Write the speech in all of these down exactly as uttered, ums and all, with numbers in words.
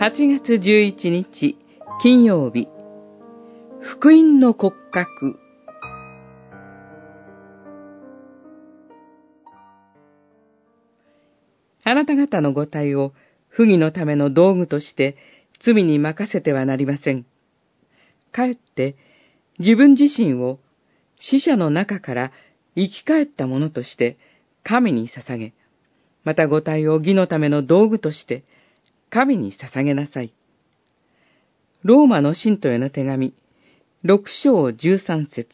はちがつじゅういちにち金曜日、福音の骨格。あなた方のご体を不義のための道具として罪に任せてはなりません。かえって自分自身を死者の中から生き返ったものとして神に捧げ、またご体を義のための道具として神に捧げなさい。ローマの信徒への手紙、ろくしょうじゅうさんせつ。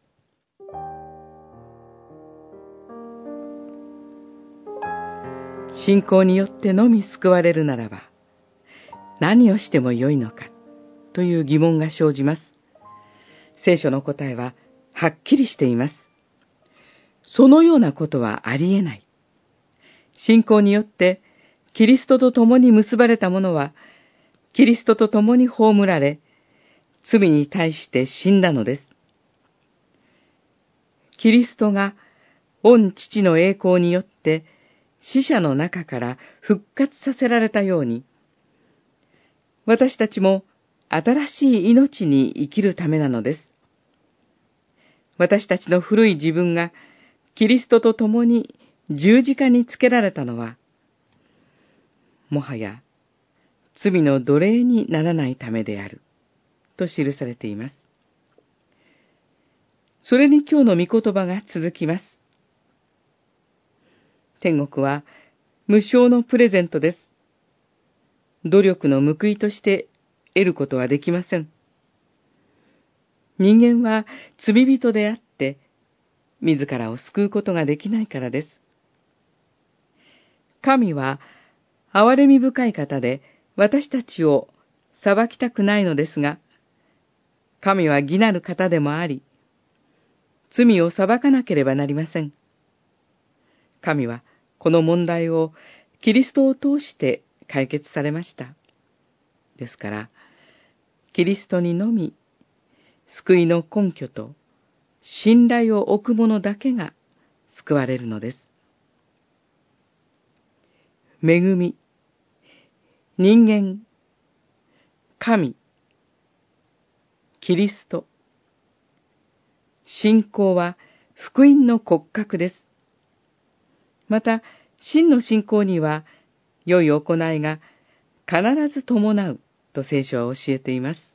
信仰によってのみ救われるならば、何をしてもよいのか、という疑問が生じます。聖書の答えは、はっきりしています。そのようなことはありえない。信仰によって、キリストと共に結ばれた者は、キリストと共に葬られ、罪に対して死んだのです。キリストが、御父の栄光によって、死者の中から復活させられたように、私たちも新しい命に生きるためなのです。私たちの古い自分がキリストと共に十字架につけられたのは、もはや罪の奴隷にならないためである、と記されています。それに今日の御言葉が続きます。天国は無償のプレゼントです。努力の報いとして得ることはできません。人間は罪人であって、自らを救うことができないからです。神は憐れみ深い方で私たちを裁きたくないのですが、神は義なる方でもあり、罪を裁かなければなりません。神はこの問題をキリストを通して解決されました。ですから、キリストにのみ救いの根拠と信頼を置く者だけが救われるのです。恵み、人間、神、キリスト、信仰は福音の骨格です。また、真の信仰には良い行いが必ず伴うと聖書は教えています。